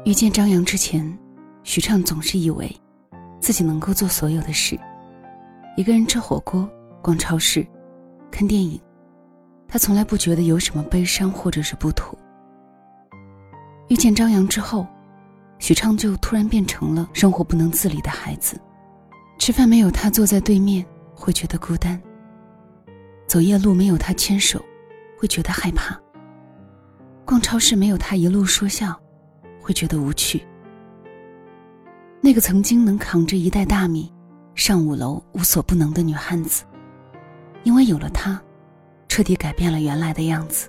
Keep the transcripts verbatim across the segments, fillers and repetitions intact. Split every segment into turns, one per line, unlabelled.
遇见张扬之前，许畅总是以为自己能够做所有的事，一个人吃火锅、逛超市、看电影，他从来不觉得有什么悲伤或者是不妥。遇见张扬之后，许畅就突然变成了生活不能自理的孩子，吃饭没有他坐在对面会觉得孤单，走夜路没有他牵手会觉得害怕，逛超市没有他一路说笑会觉得无趣。那个曾经能扛着一袋大米上五楼无所不能的女汉子，因为有了他，彻底改变了原来的样子。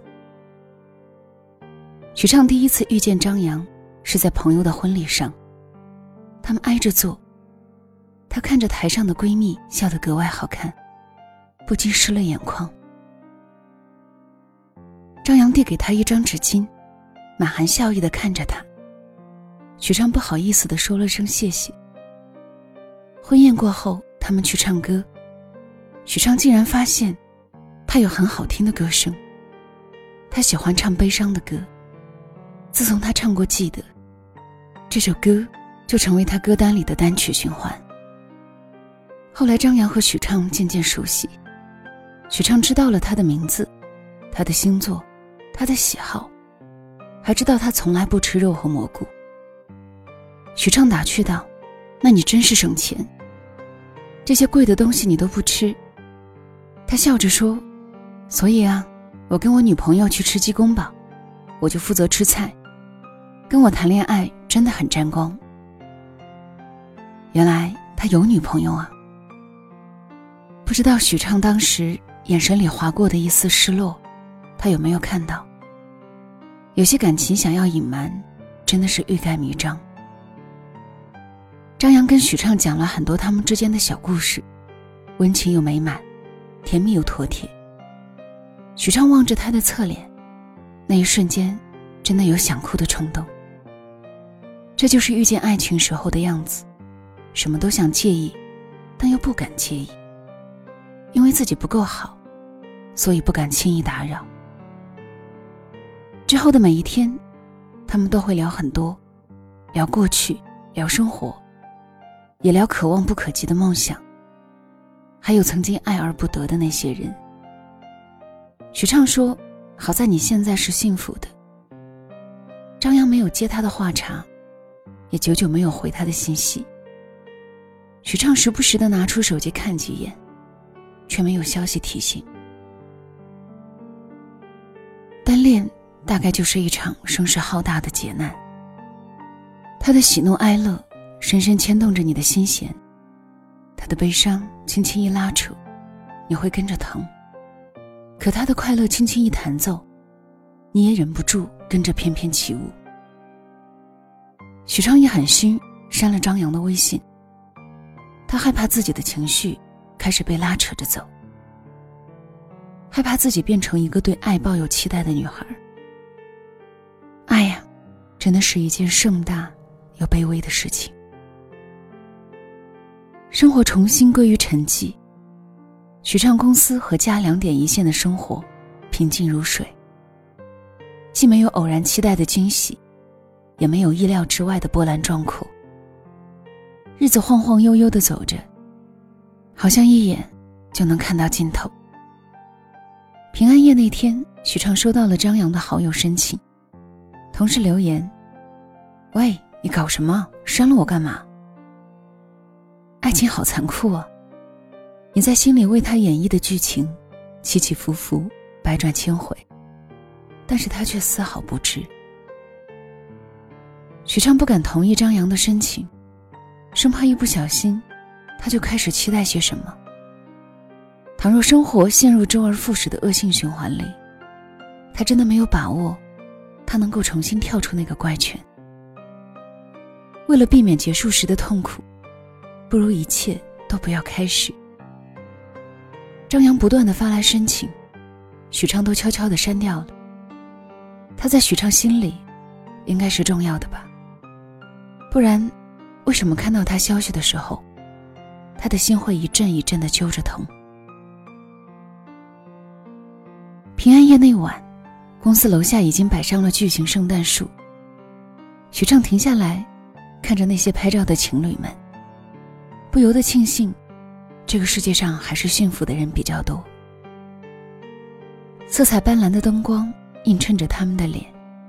许畅第一次遇见张扬是在朋友的婚礼上，他们挨着坐，她看着台上的闺蜜笑得格外好看，不禁湿了眼眶。张扬递给她一张纸巾，满含笑意地看着她。许畅不好意思地说了声谢谢。婚宴过后，他们去唱歌，许畅竟然发现他有很好听的歌声，他喜欢唱悲伤的歌。自从他唱过《记得》，这首歌就成为他歌单里的单曲循环。后来张扬和许畅渐渐熟悉，许畅知道了他的名字、他的星座、他的喜好，还知道他从来不吃肉和蘑菇。许畅打趣道：那你真是省钱，这些贵的东西你都不吃。他笑着说：所以啊，我跟我女朋友去吃鸡公煲，我就负责吃菜，跟我谈恋爱真的很沾光。原来他有女朋友啊。不知道许畅当时眼神里划过的一丝失落，他有没有看到？有些感情想要隐瞒，真的是欲盖弥彰。张扬跟许畅讲了很多他们之间的小故事，温情又美满，甜蜜又妥帖。许畅望着他的侧脸，那一瞬间真的有想哭的冲动。这就是遇见爱情时候的样子，什么都想介意，但又不敢介意，因为自己不够好，所以不敢轻易打扰。之后的每一天，他们都会聊很多，聊过去，聊生活，也聊可望不可及的梦想，还有曾经爱而不得的那些人。许畅说：好在你现在是幸福的。张扬没有接他的话茬，也久久没有回他的信息。许畅时不时地拿出手机看几眼，却没有消息提醒。单恋大概就是一场声势浩大的劫难，他的喜怒哀乐深深牵动着你的心弦，他的悲伤轻轻一拉扯，你会跟着疼，可他的快乐轻轻一弹奏，你也忍不住跟着翩翩起舞。许畅一狠心删了张扬的微信，他害怕自己的情绪开始被拉扯着走，害怕自己变成一个对爱抱有期待的女孩。爱呀，真的是一件盛大又卑微的事情。生活重新归于沉寂，许畅公司和家两点一线的生活平静如水，既没有偶然期待的惊喜，也没有意料之外的波澜壮阔。日子晃晃悠悠地走着，好像一眼就能看到尽头。平安夜那天，许畅收到了张扬的好友申请，同事留言：喂，你搞什么？删了我干嘛？爱情好残酷啊，你在心里为他演绎的剧情起起伏伏，百转千回，但是他却丝毫不知。许畅不敢同意张扬的申请，生怕一不小心他就开始期待些什么。倘若生活陷入周而复始的恶性循环里，他真的没有把握他能够重新跳出那个怪圈。为了避免结束时的痛苦，不如一切都不要开始。张扬不断地发来申请，许畅都悄悄地删掉了。他在许畅心里应该是重要的吧，不然为什么看到他消息的时候，他的心会一阵一阵地揪着疼。平安夜那晚，公司楼下已经摆上了巨型圣诞树， 许畅停下来看着那些拍照的情侣们，不由得庆幸这个世界上还是幸福的人比较多。色彩斑斓的灯光映衬着他们的脸，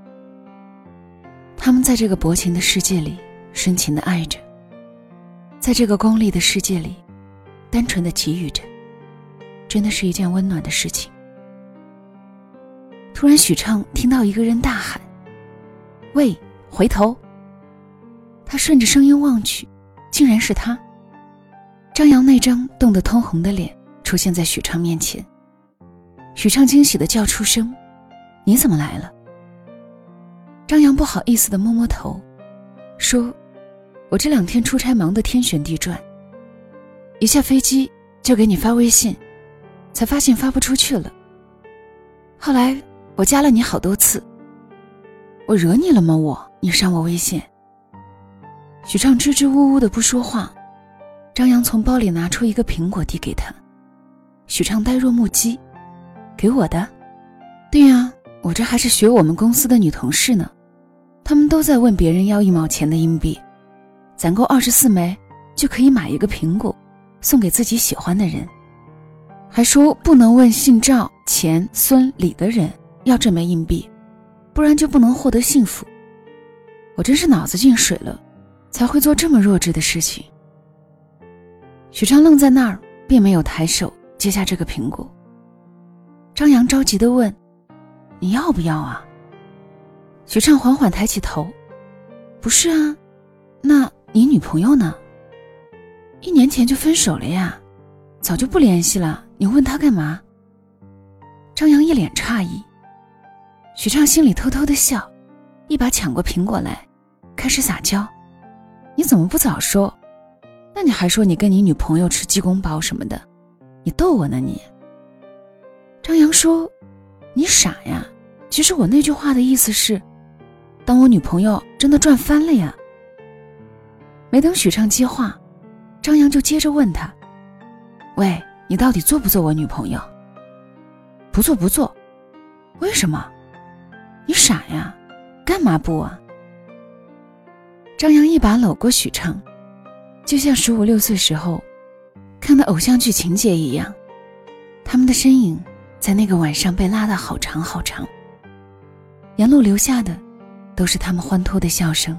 他们在这个薄情的世界里深情地爱着，在这个功利的世界里单纯地给予着，真的是一件温暖的事情。突然许畅听到一个人大喊：喂，回头！他顺着声音望去，竟然是他。张扬那张冻得通红的脸出现在许畅面前。许畅惊喜地叫出声：你怎么来了？张扬不好意思地摸摸头，说：我这两天出差忙得天旋地转，一下飞机就给你发微信，才发现发不出去了。后来我加了你好多次，我惹你了吗？我你上我微信。许畅支支吾吾的不说话。张扬从包里拿出一个苹果递给他，许畅呆若木鸡：给我的？对呀，我这还是学我们公司的女同事呢，他们都在问别人要一毛钱的硬币，攒够二十四枚就可以买一个苹果送给自己喜欢的人，还说不能问姓赵、钱、孙、李的人要这枚硬币，不然就不能获得幸福。我真是脑子进水了，才会做这么弱智的事情。许畅愣在那儿，并没有抬手接下这个苹果。张扬着急地问：你要不要啊？许畅缓缓抬起头：不是啊，那你女朋友呢？一年前就分手了呀，早就不联系了，你问她干嘛？张扬一脸诧异。许畅心里偷偷地笑，一把抢过苹果来，开始撒娇：你怎么不早说？那你还说你跟你女朋友吃鸡公煲什么的，你逗我呢你？张扬说：你傻呀，其实我那句话的意思是，当我女朋友真的赚翻了呀。没等许畅接话，张扬就接着问他：喂，你到底做不做我女朋友？不做不做。为什么？你傻呀，干嘛不啊？张扬一把搂过许畅，就像十五六岁时候看的偶像剧情节一样，他们的身影在那个晚上被拉得好长好长，沿路留下的都是他们欢脱的笑声。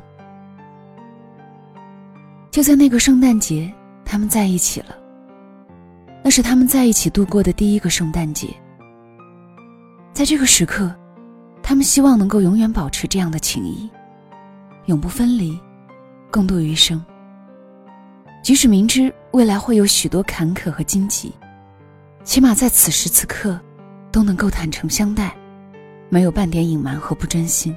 就在那个圣诞节，他们在一起了，那是他们在一起度过的第一个圣诞节。在这个时刻，他们希望能够永远保持这样的情谊，永不分离，共度余生。即使明知未来会有许多坎坷和荆棘，起码在此时此刻都能够坦诚相待，没有半点隐瞒和不真心。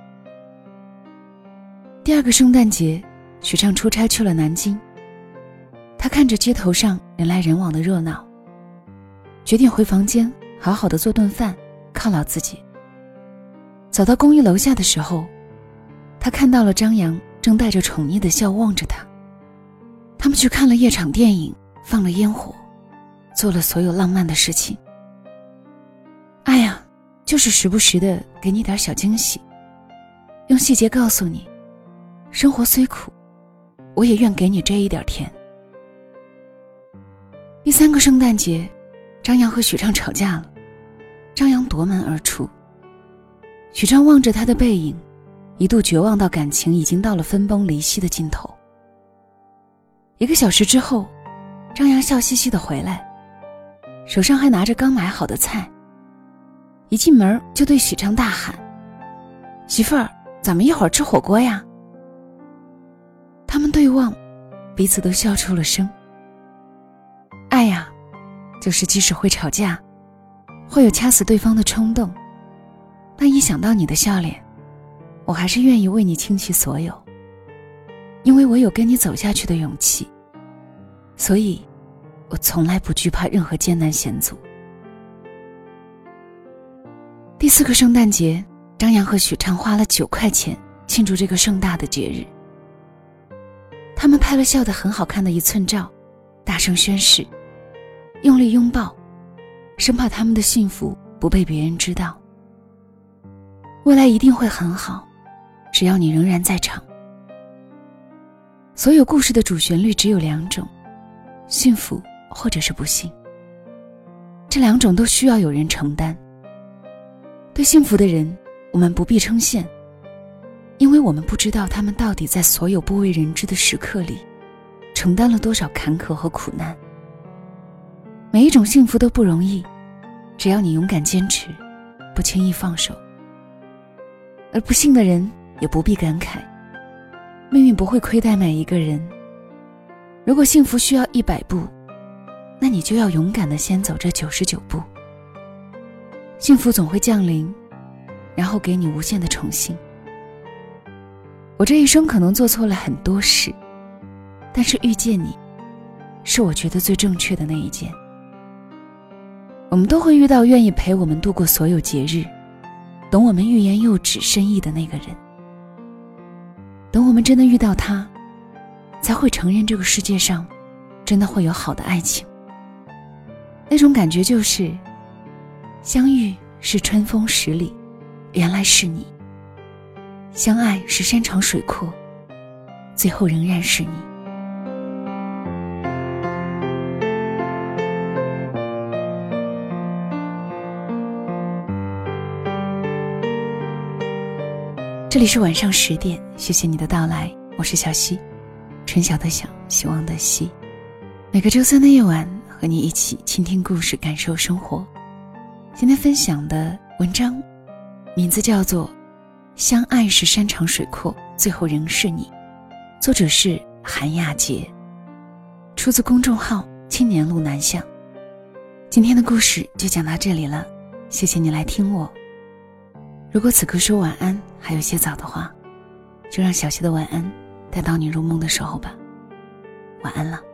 第二个圣诞节，许畅出差去了南京，他看着街头上人来人往的热闹，决定回房间好好的做顿饭犒劳自己。走到公寓楼下的时候，他看到了张扬正带着宠溺的笑望着他。他们去看了夜场电影，放了烟火，做了所有浪漫的事情。哎呀，就是时不时的给你点小惊喜，用细节告诉你，生活虽苦，我也愿给你这一点甜。第三个圣诞节，张扬和许畅吵架了，张扬夺门而出。许畅望着他的背影，一度绝望到感情已经到了分崩离析的尽头。一个小时之后，张扬笑嘻嘻地回来，手上还拿着刚买好的菜，一进门就对许畅大喊：媳妇儿，咱们一会儿吃火锅呀。他们对望，彼此都笑出了声。爱呀，就是即使会吵架，会有掐死对方的冲动，但一想到你的笑脸，我还是愿意为你倾其所有，因为我有跟你走下去的勇气，所以我从来不惧怕任何艰难险阻。第四个圣诞节，张扬和许畅花了九块钱庆祝这个盛大的节日。他们拍了笑得很好看的一寸照，大声宣誓，用力拥抱，生怕他们的幸福不被别人知道。未来一定会很好， 只要你仍然在场。所有故事的主旋律只有两种，幸福或者是不幸，这两种都需要有人承担。对幸福的人，我们不必称羡，因为我们不知道他们到底在所有不为人知的时刻里承担了多少坎坷和苦难。每一种幸福都不容易，只要你勇敢坚持，不轻易放手。而不幸的人也不必感慨，命运不会亏待每一个人。如果幸福需要一百步，那你就要勇敢地先走这九十九步。幸福总会降临，然后给你无限的宠幸。我这一生可能做错了很多事，但是遇见你，是我觉得最正确的那一件。我们都会遇到愿意陪我们度过所有节日，懂我们欲言又止深意的那个人。等我们真的遇到他，才会承认这个世界上真的会有好的爱情。那种感觉就是，相遇是春风十里，原来是你；相爱是山长水阔，最后仍然是你。这里是晚上十点，谢谢你的到来，我是小溪，春晓的晓，希望的希。每个周三的夜晚，和你一起倾听故事，感受生活。今天分享的文章名字叫做《相爱是山长水阔，最后仍是你》，作者是韩亚杰，出自公众号青年路南向。今天的故事就讲到这里了，谢谢你来听我。如果此刻说晚安还有些早的话，就让小溪的晚安带到你入梦的时候吧。晚安了。